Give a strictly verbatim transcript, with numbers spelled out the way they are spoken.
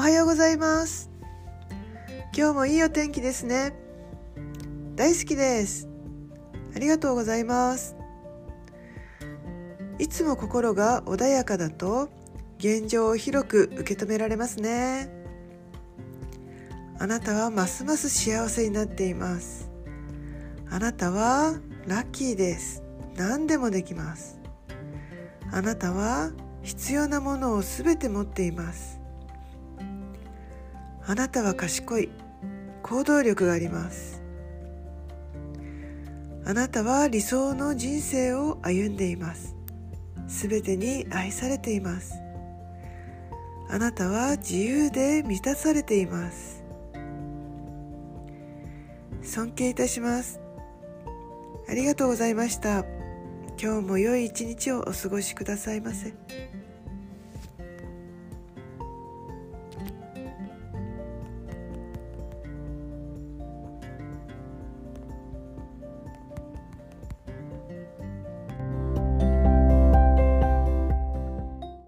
はようございます。今日もいいお天気ですね。大好きです。ありがとうございます。いつも心が穏やかだと現状を広く受け止められますね。あなたはますます幸せになっています。あなたはラッキーです。何でもできます。あなたは必要なものをすべて持っています。あなたは賢い。行動力があります。あなたは理想の人生を歩んでいます。すべてに愛されています。あなたは自由で満たされています。尊敬いたします。ありがとうございました。今日も良い一日をお過ごしくださいませ。